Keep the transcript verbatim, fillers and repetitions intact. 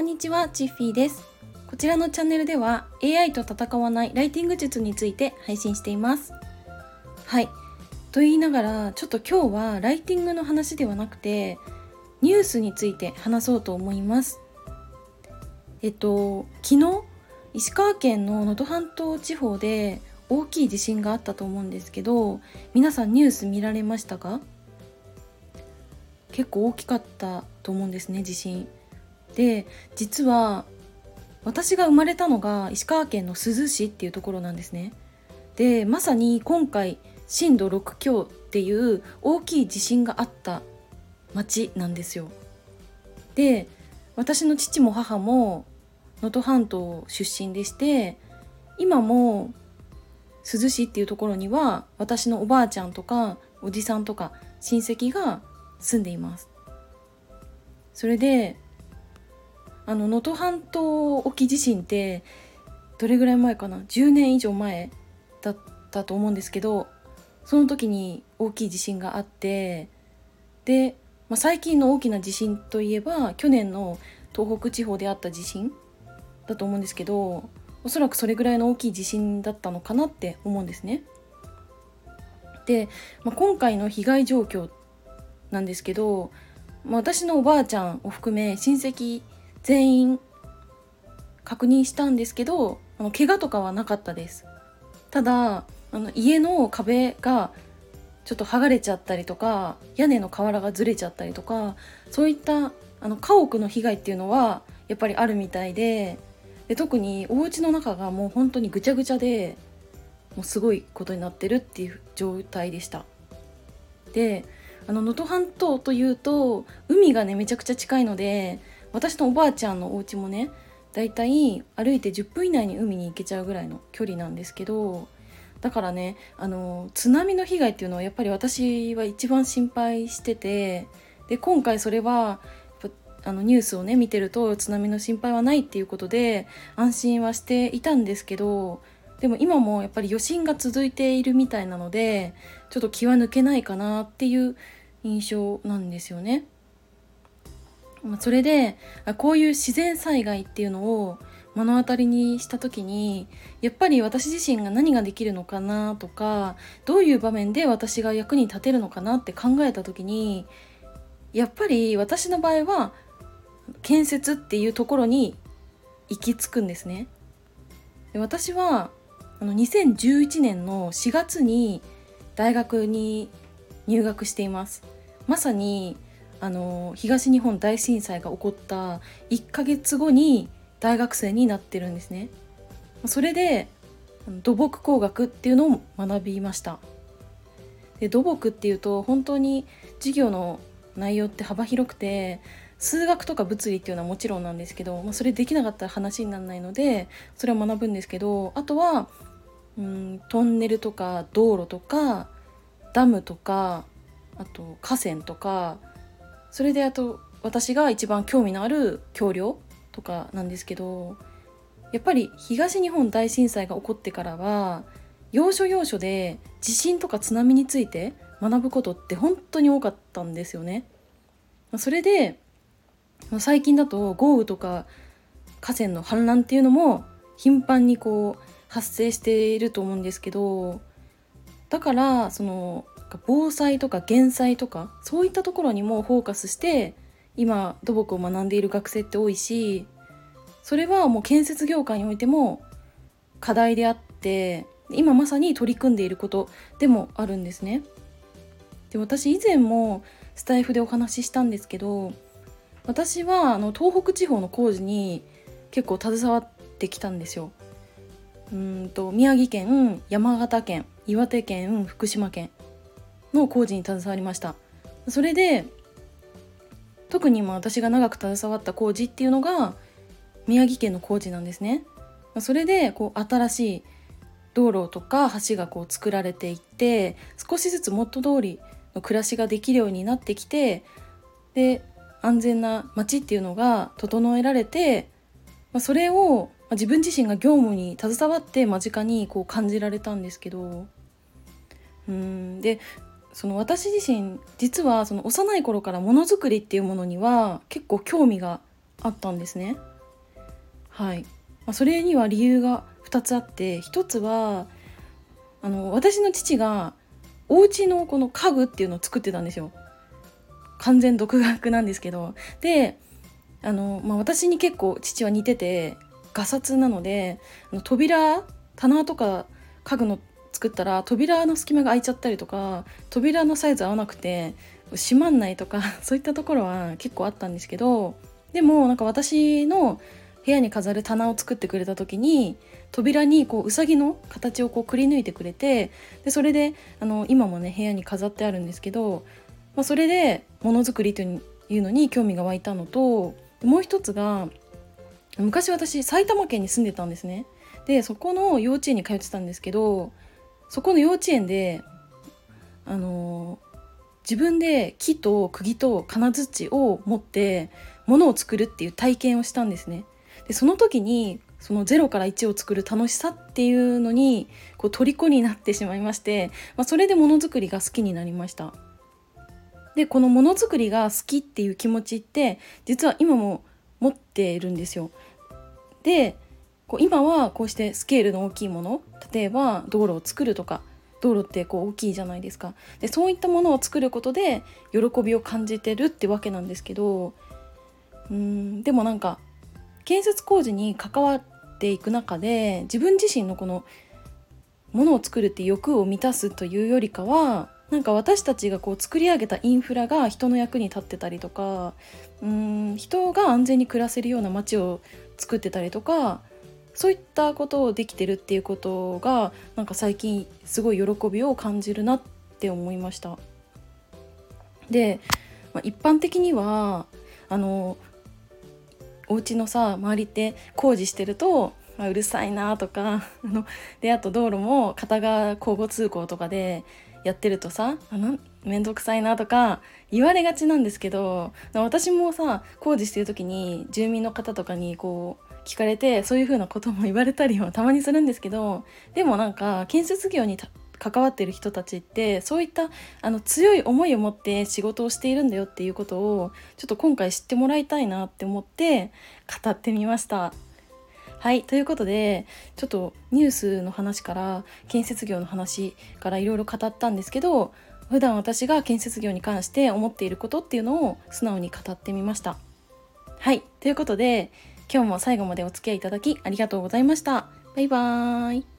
んにちは、チッフィーです。こちらのチャンネルでは エーアイ と戦わないライティング術について配信しています。はい、と言いながらちょっと今日はライティングの話ではなくてニュースについて話そうと思います。えっと昨日石川県の能登半島地方で大きい地震があったと思うんですけど、皆さんニュース見られましたか？結構大きかったと思うんですね、地震で。実は私が生まれたのが石川県の珠洲市っていうところなんですね。で、まさに今回震度ろく強っていう大きい地震があった町なんですよ。で、私の父も母も能登半島出身でして、今も珠洲市っていうところには私のおばあちゃんとかおじさんとか親戚が住んでいます。それであの能登半島沖地震ってどれぐらい前かな、じゅうねん以上前だったと思うんですけど、その時に大きい地震があって、で、まあ、最近の大きな地震といえば去年の東北地方であった地震だと思うんですけど、おそらくそれぐらいの大きい地震だったのかなって思うんですね。で、まあ、今回の被害状況なんですけど、まあ、私のおばあちゃんを含め親戚全員確認したんですけど、あの怪我とかはなかったです。ただあの家の壁がちょっと剥がれちゃったりとか、屋根の瓦がずれちゃったりとか、そういったあの家屋の被害っていうのはやっぱりあるみたいで、で特にお家の中がもう本当にぐちゃぐちゃで、もうすごいことになってるっていう状態でした。で、あの能登半島というと海がねめちゃくちゃ近いので、私のおばあちゃんのお家もねだいたい歩いてじゅっぷん以内に海に行けちゃうぐらいの距離なんですけど、だからね、あの津波の被害っていうのはやっぱり私は一番心配してて、で今回それはあのニュースをね見てると津波の心配はないっていうことで安心はしていたんですけど、でも今もやっぱり余震が続いているみたいなので、ちょっと気は抜けないかなっていう印象なんですよね。それでこういう自然災害っていうのを目の当たりにした時に、やっぱり私自身が何ができるのかなとか、どういう場面で私が役に立てるのかなって考えた時に、やっぱり私の場合は建設っていうところに行き着くんですね。で、私はあのにせんじゅういちねんのしがつに大学に入学しています。まさにあの東日本大震災が起こったいっかげつごに大学生になってるんですね。それで土木工学っていうのを学びました。で、土木っていうと本当に授業の内容って幅広くて、数学とか物理っていうのはもちろんなんですけど、まあ、それできなかったら話にならないのでそれを学ぶんですけど、あとはうんトンネルとか道路とかダムとか、あと河川とか、それであと私が一番興味のある橋梁とかなんですけど、やっぱり東日本大震災が起こってからは要所要所で地震とか津波について学ぶことって本当に多かったんですよね。それで最近だと豪雨とか河川の氾濫っていうのも頻繁にこう発生していると思うんですけど、だからその防災とか減災とかそういったところにもフォーカスして今土木を学んでいる学生って多いし、それはもう建設業界においても課題であって、今まさに取り組んでいることでもあるんですね。で、私以前もスタイフでお話ししたんですけど、私はあの東北地方の工事に結構携わってきたんですよ。うーんと宮城県、山形県、岩手県、福島県の工事に携わりました。それで特にまあ私が長く携わった工事っていうのが宮城県の工事なんですね。それでこう新しい道路とか橋がこう作られていって、少しずつ元通りの暮らしができるようになってきて、で安全な街っていうのが整えられて、それを自分自身が業務に携わって間近にこう感じられたんですけど、うーんでその私自身実はその幼い頃からものづくりっていうものには結構興味があったんですね。 はい、まあ、それには理由がふたつあって、ひとつはあの私の父がお家のこの家具っていうのを作ってたんですよ。完全独学なんですけど、であの、まあ、私に結構父は似ててガサツなので、あの扉棚とか家具の作ったら扉の隙間が空いちゃったりとか、扉のサイズ合わなくて閉まんないとかそういったところは結構あったんですけど、でもなんか私の部屋に飾る棚を作ってくれた時に、扉にこううさぎの形をこうくり抜いてくれて、でそれであの今もね部屋に飾ってあるんですけど、まあ、それでものづくりというのに興味が湧いたのと、もう一つが昔私埼玉県に住んでたんですね。でそこの幼稚園に通ってたんですけど、そこの幼稚園であの自分で木と釘と金槌を持って物を作るっていう体験をしたんですね。でその時にそのゼロからいちを作る楽しさっていうのにこう虜になってしまいまして、まあ、それで物作りが好きになりました。でこの物作りが好きっていう気持ちって実は今も持っているんですよ。でこう今はこうしてスケールの大きいもの、例えば道路を作るとか、道路ってこう大きいじゃないですか。でそういったものを作ることで喜びを感じてるってわけなんですけど、うーんでもなんか建設工事に関わっていく中で、自分自身のこのものを作るっていう欲を満たすというよりかは、なんか私たちがこう作り上げたインフラが人の役に立ってたりとか、うーん人が安全に暮らせるような街を作ってたりとか、そういったことをできてるっていうことがなんか最近すごい喜びを感じるなって思いました。で、まあ、一般的にはあのお家のさ周りって工事してると、まあ、うるさいなとかあのであと道路も片側交互通行とかでやってるとさ、あのめんどくさいなとか言われがちなんですけど、私もさ工事してる時に住民の方とかにこう聞かれて、そういう風なことも言われたりはたまにするんですけど、でもなんか建設業に関わっている人たちってそういったあの強い思いを持って仕事をしているんだよっていうことをちょっと今回知ってもらいたいなって思って語ってみました。はい、ということでちょっとニュースの話から建設業の話からいろいろ語ったんですけど、普段私が建設業に関して思っていることっていうのを素直に語ってみました。はい、ということで今日も最後までお付き合いいただきありがとうございました。バイバーイ。